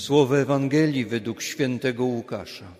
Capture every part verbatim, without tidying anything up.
Słowo Ewangelii według świętego Łukasza.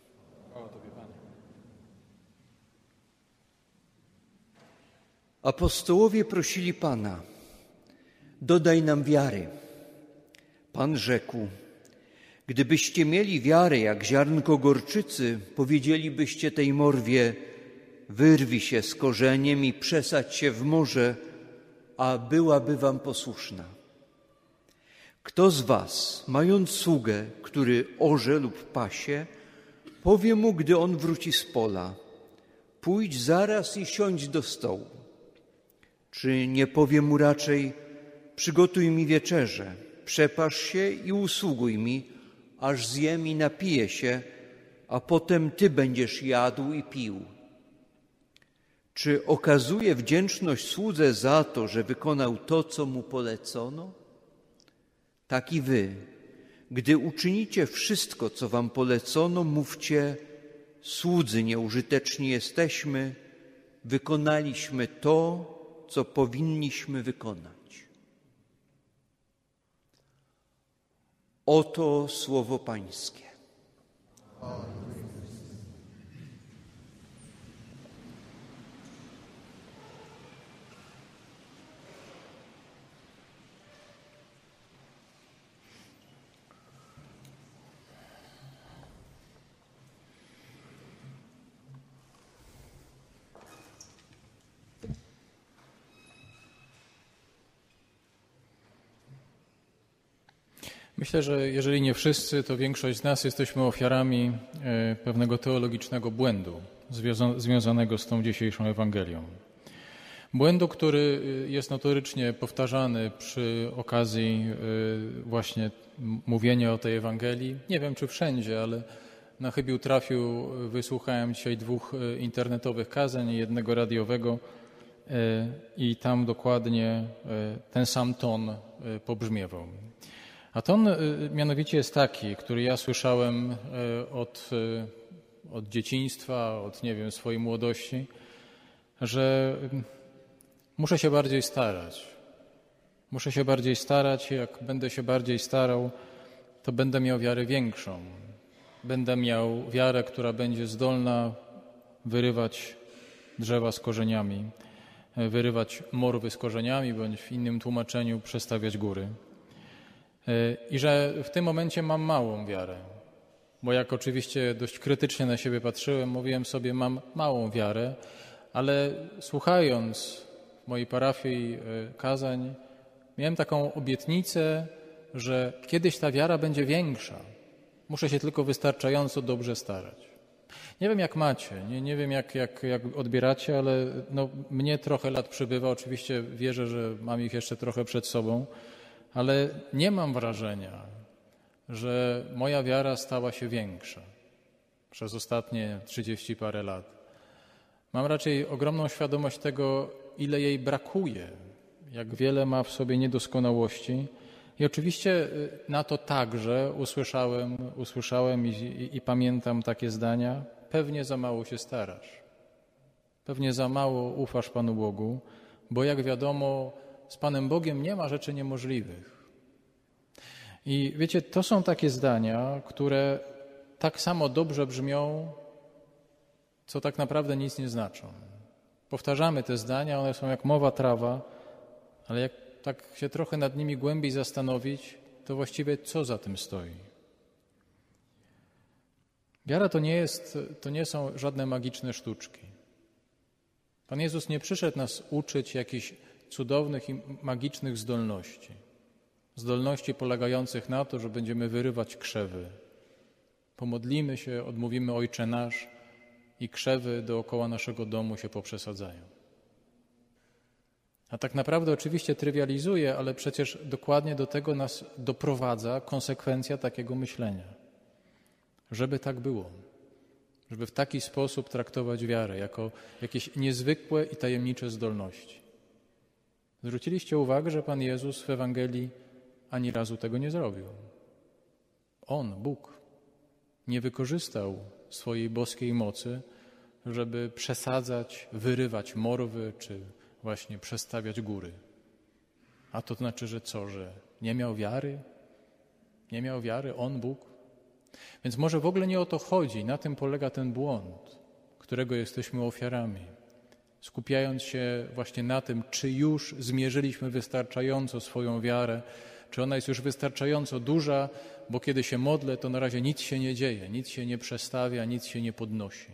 Apostołowie prosili Pana: dodaj nam wiary. Pan rzekł: gdybyście mieli wiarę jak ziarnko gorczycy, powiedzielibyście tej morwie: wyrwij się z korzeniem i przesadź się w morze, a byłaby wam posłuszna. Kto z was, mając sługę, który orze lub pasie, powie mu, gdy on wróci z pola: pójdź zaraz i siądź do stołu? Czy nie powie mu raczej: przygotuj mi wieczerzę, przepasz się i usługuj mi, aż zjem i napiję się, a potem ty będziesz jadł i pił? Czy okazuje wdzięczność słudze za to, że wykonał to, co mu polecono? Tak i wy, gdy uczynicie wszystko, co wam polecono, mówcie: słudzy nieużyteczni jesteśmy, wykonaliśmy to, co powinniśmy wykonać. Oto słowo Pańskie. Myślę, że jeżeli nie wszyscy, to większość z nas jesteśmy ofiarami pewnego teologicznego błędu związanego z tą dzisiejszą Ewangelią. Błędu, który jest notorycznie powtarzany przy okazji właśnie mówienia o tej Ewangelii. Nie wiem, czy wszędzie, ale na chybił trafił, wysłuchałem dzisiaj dwóch internetowych kazań i jednego radiowego i tam dokładnie ten sam ton pobrzmiewał. A ton mianowicie jest taki, który ja słyszałem od, od dzieciństwa, od, nie wiem, swojej młodości, że muszę się bardziej starać. Muszę się bardziej starać, jak będę się bardziej starał, to będę miał wiarę większą. Będę miał wiarę, która będzie zdolna wyrywać drzewa z korzeniami, wyrywać morwy z korzeniami, bądź w innym tłumaczeniu przestawiać góry. I że w tym momencie mam małą wiarę, bo jak oczywiście dość krytycznie na siebie patrzyłem, mówiłem sobie: mam małą wiarę, ale słuchając w mojej parafii kazań, miałem taką obietnicę, że kiedyś ta wiara będzie większa. Muszę się tylko wystarczająco dobrze starać. Nie wiem, jak macie, nie, nie wiem, jak, jak, jak odbieracie, ale no, mnie trochę lat przybywa. Oczywiście wierzę, że mam ich jeszcze trochę przed sobą, ale nie mam wrażenia, że moja wiara stała się większa przez ostatnie trzydzieści parę lat. Mam raczej ogromną świadomość tego, ile jej brakuje, jak wiele ma w sobie niedoskonałości. I oczywiście na to także usłyszałem, usłyszałem i, i, i pamiętam takie zdania: pewnie za mało się starasz, pewnie za mało ufasz Panu Bogu, bo jak wiadomo, z Panem Bogiem nie ma rzeczy niemożliwych. I wiecie, to są takie zdania, które tak samo dobrze brzmią, co tak naprawdę nic nie znaczą. Powtarzamy te zdania, one są jak mowa trawa, ale jak tak się trochę nad nimi głębiej zastanowić, to właściwie co za tym stoi? Wiara to nie jest, to nie są żadne magiczne sztuczki. Pan Jezus nie przyszedł nas uczyć jakichś cudownych i magicznych zdolności. Zdolności polegających na to, że będziemy wyrywać krzewy. Pomodlimy się, odmówimy Ojcze Nasz i krzewy dookoła naszego domu się poprzesadzają. A tak naprawdę oczywiście trywializuje, ale przecież dokładnie do tego nas doprowadza konsekwencja takiego myślenia. Żeby tak było. Żeby w taki sposób traktować wiarę, jako jakieś niezwykłe i tajemnicze zdolności. Zwróciliście uwagę, że Pan Jezus w Ewangelii ani razu tego nie zrobił. On, Bóg, nie wykorzystał swojej boskiej mocy, żeby przesadzać, wyrywać morwy, czy właśnie przestawiać góry. A to znaczy, że co, że nie miał wiary? Nie miał wiary on, Bóg? Więc może w ogóle nie o to chodzi. Na tym polega ten błąd, którego jesteśmy ofiarami. Skupiając się właśnie na tym, czy już zmierzyliśmy wystarczająco swoją wiarę, czy ona jest już wystarczająco duża, bo kiedy się modlę, to na razie nic się nie dzieje, nic się nie przestawia, nic się nie podnosi.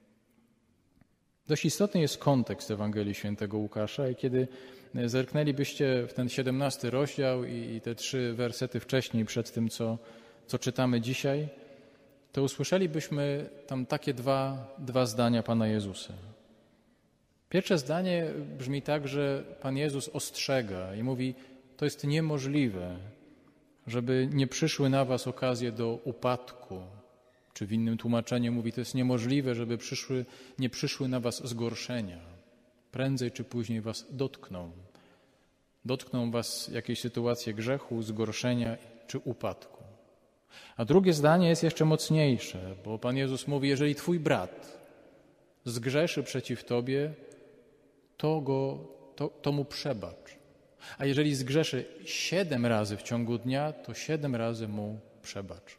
Dość istotny jest kontekst Ewangelii Świętego Łukasza i kiedy zerknęlibyście w ten siedemnasty rozdział i te trzy wersety wcześniej przed tym, co, co czytamy dzisiaj, to usłyszelibyśmy tam takie dwa, dwa zdania Pana Jezusa. Pierwsze zdanie brzmi tak, że Pan Jezus ostrzega i mówi, to jest niemożliwe, żeby nie przyszły na was okazje do upadku. Czy w innym tłumaczeniu mówi, to jest niemożliwe, żeby przyszły, nie przyszły na was zgorszenia. Prędzej czy później was dotkną. Dotkną was jakieś sytuacje grzechu, zgorszenia czy upadku. A drugie zdanie jest jeszcze mocniejsze, bo Pan Jezus mówi, jeżeli twój brat zgrzeszy przeciw tobie, to, go, to, to mu przebacz. A jeżeli zgrzeszy siedem razy w ciągu dnia, to siedem razy mu przebacz.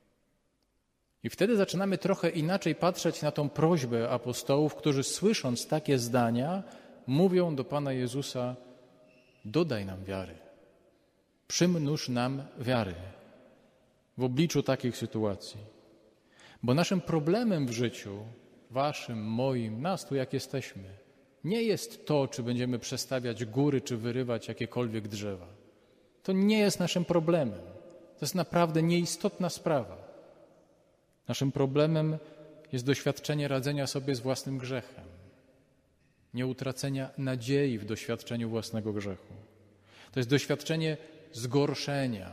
I wtedy zaczynamy trochę inaczej patrzeć na tą prośbę apostołów, którzy słysząc takie zdania, mówią do Pana Jezusa, dodaj nam wiary, przymnóż nam wiary w obliczu takich sytuacji. Bo naszym problemem w życiu, waszym, moim, nas tu jak jesteśmy, nie jest to, czy będziemy przestawiać góry, czy wyrywać jakiekolwiek drzewa. To nie jest naszym problemem. To jest naprawdę nieistotna sprawa. Naszym problemem jest doświadczenie radzenia sobie z własnym grzechem. Nieutracenia nadziei w doświadczeniu własnego grzechu. To jest doświadczenie zgorszenia.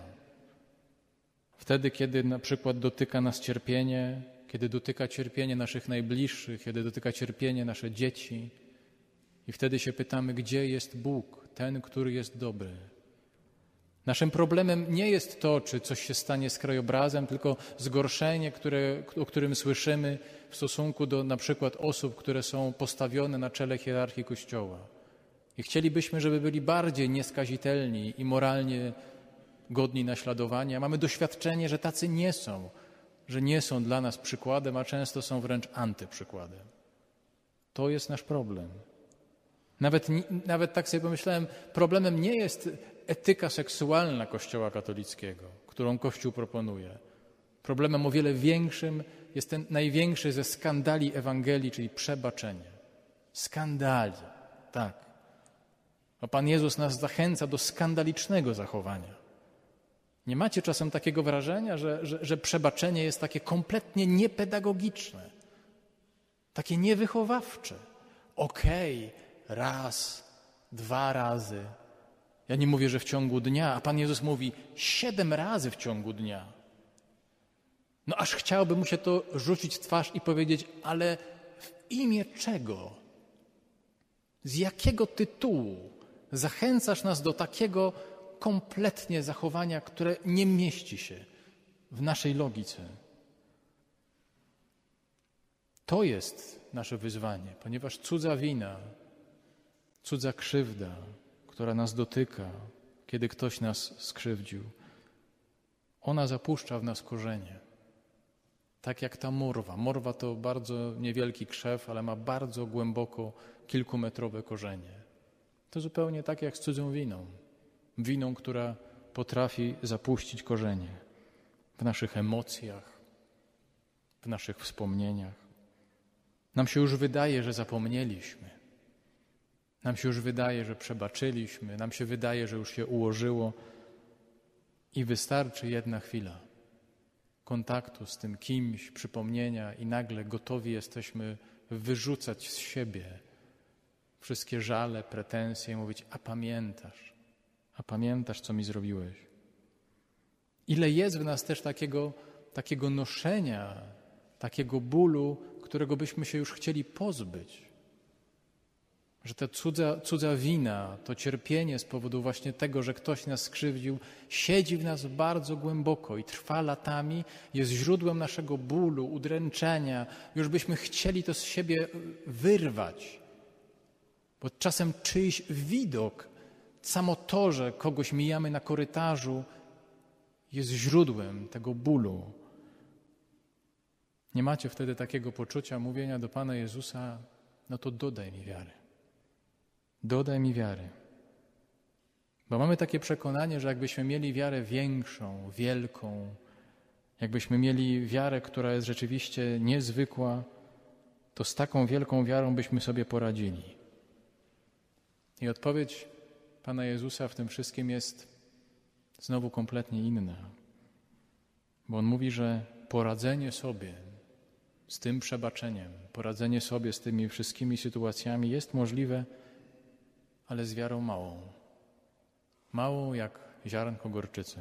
Wtedy, kiedy na przykład dotyka nas cierpienie, kiedy dotyka cierpienie naszych najbliższych, kiedy dotyka cierpienie nasze dzieci. I wtedy się pytamy, gdzie jest Bóg, ten, który jest dobry. Naszym problemem nie jest to, czy coś się stanie z krajobrazem, tylko zgorszenie, które, o którym słyszymy w stosunku do na przykład osób, które są postawione na czele hierarchii Kościoła. I chcielibyśmy, żeby byli bardziej nieskazitelni i moralnie godni naśladowania. Mamy doświadczenie, że tacy nie są, że nie są dla nas przykładem, a często są wręcz antyprzykładem. To jest nasz problem. Nawet, nawet tak sobie pomyślałem, problemem nie jest etyka seksualna Kościoła katolickiego, którą Kościół proponuje. Problemem o wiele większym jest ten największy ze skandali Ewangelii, czyli przebaczenie. Skandali, tak. A Pan Jezus nas zachęca do skandalicznego zachowania. Nie macie czasem takiego wrażenia, że, że, że przebaczenie jest takie kompletnie niepedagogiczne, takie niewychowawcze. Okej, okay, raz, dwa razy. Ja nie mówię, że w ciągu dnia, a Pan Jezus mówi siedem razy w ciągu dnia. No aż chciałby mu się to rzucić w twarz i powiedzieć, ale w imię czego? Z jakiego tytułu zachęcasz nas do takiego kompletnie zachowania, które nie mieści się w naszej logice? To jest nasze wyzwanie, ponieważ cudza wina, cudza krzywda, która nas dotyka, kiedy ktoś nas skrzywdził, ona zapuszcza w nas korzenie. Tak jak ta morwa. Morwa to bardzo niewielki krzew, ale ma bardzo głęboko kilkumetrowe korzenie. To zupełnie tak jak z cudzą winą. Winą, która potrafi zapuścić korzenie w naszych emocjach, w naszych wspomnieniach. Nam się już wydaje, że zapomnieliśmy. Nam się już wydaje, że przebaczyliśmy. Nam się wydaje, że już się ułożyło. I wystarczy jedna chwila kontaktu z tym kimś, przypomnienia i nagle gotowi jesteśmy wyrzucać z siebie wszystkie żale, pretensje i mówić, a pamiętasz, a pamiętasz, co mi zrobiłeś. Ile jest w nas też takiego, takiego noszenia, takiego bólu, którego byśmy się już chcieli pozbyć. Że ta cudza, cudza wina, to cierpienie z powodu właśnie tego, że ktoś nas skrzywdził, siedzi w nas bardzo głęboko i trwa latami, jest źródłem naszego bólu, udręczenia. Już byśmy chcieli to z siebie wyrwać. Bo czasem czyjś widok, samo to, że kogoś mijamy na korytarzu, jest źródłem tego bólu. Nie macie wtedy takiego poczucia mówienia do Pana Jezusa, no to dodaj mi wiary. Dodaj mi wiary. Bo mamy takie przekonanie, że jakbyśmy mieli wiarę większą, wielką, jakbyśmy mieli wiarę, która jest rzeczywiście niezwykła, to z taką wielką wiarą byśmy sobie poradzili. I odpowiedź Pana Jezusa w tym wszystkim jest znowu kompletnie inna. Bo On mówi, że poradzenie sobie z tym przebaczeniem, poradzenie sobie z tymi wszystkimi sytuacjami jest możliwe, ale z wiarą małą. Małą jak ziarnko gorczycy.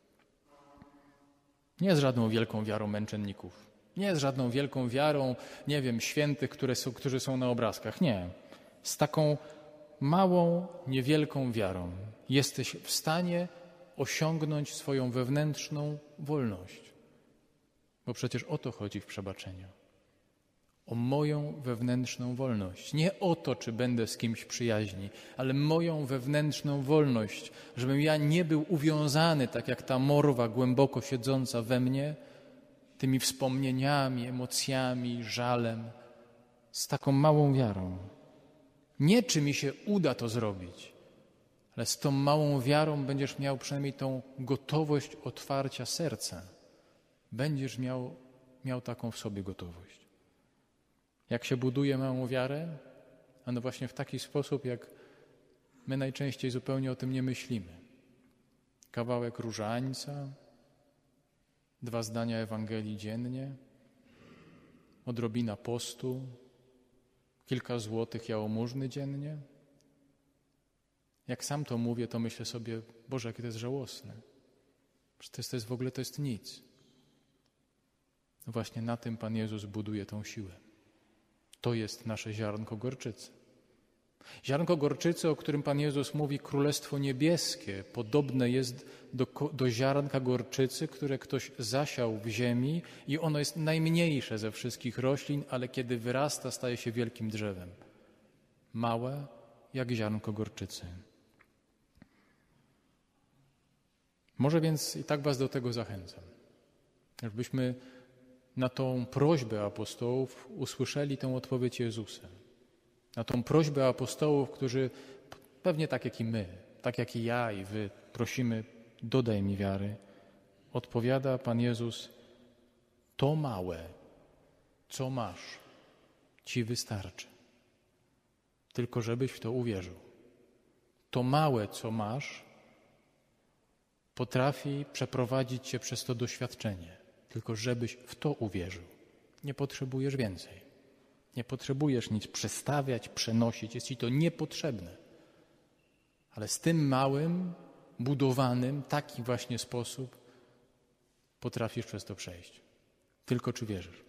Nie z żadną wielką wiarą męczenników. Nie z żadną wielką wiarą, nie wiem, świętych, które są, którzy są na obrazkach. Nie. Z taką małą, niewielką wiarą jesteś w stanie osiągnąć swoją wewnętrzną wolność. Bo przecież o to chodzi w przebaczeniu. O moją wewnętrzną wolność. Nie o to, czy będę z kimś przyjaźni, ale moją wewnętrzną wolność, żebym ja nie był uwiązany, tak jak ta morwa głęboko siedząca we mnie, tymi wspomnieniami, emocjami, żalem, z taką małą wiarą. Nie czy mi się uda to zrobić, ale z tą małą wiarą będziesz miał przynajmniej tą gotowość otwarcia serca. Będziesz miał, miał taką w sobie gotowość. Jak się buduje małą wiarę? A no właśnie w taki sposób, jak my najczęściej zupełnie o tym nie myślimy. Kawałek różańca, dwa zdania Ewangelii dziennie, odrobina postu, kilka złotych jałmużny dziennie. Jak sam to mówię, to myślę sobie, Boże, jakie to jest żałosne. Przecież to jest, to jest w ogóle to jest nic. No właśnie na tym Pan Jezus buduje tą siłę. To jest nasze ziarnko gorczycy. Ziarnko gorczycy, o którym Pan Jezus mówi, Królestwo Niebieskie, podobne jest do, do ziarnka gorczycy, które ktoś zasiał w ziemi i ono jest najmniejsze ze wszystkich roślin, ale kiedy wyrasta, staje się wielkim drzewem. Małe jak ziarnko gorczycy. Może więc i tak was do tego zachęcam, żebyśmy na tą prośbę apostołów usłyszeli tę odpowiedź Jezusa. Na tą prośbę apostołów, którzy pewnie tak jak i my, tak jak i ja i wy prosimy, dodaj mi wiary, odpowiada Pan Jezus, to małe, co masz, ci wystarczy. Tylko żebyś w to uwierzył. To małe, co masz, potrafi przeprowadzić cię przez to doświadczenie. Tylko żebyś w to uwierzył. Nie potrzebujesz więcej. Nie potrzebujesz nic przestawiać, przenosić. Jest ci to niepotrzebne. Ale z tym małym, budowanym, taki właśnie sposób potrafisz przez to przejść. Tylko czy wierzysz?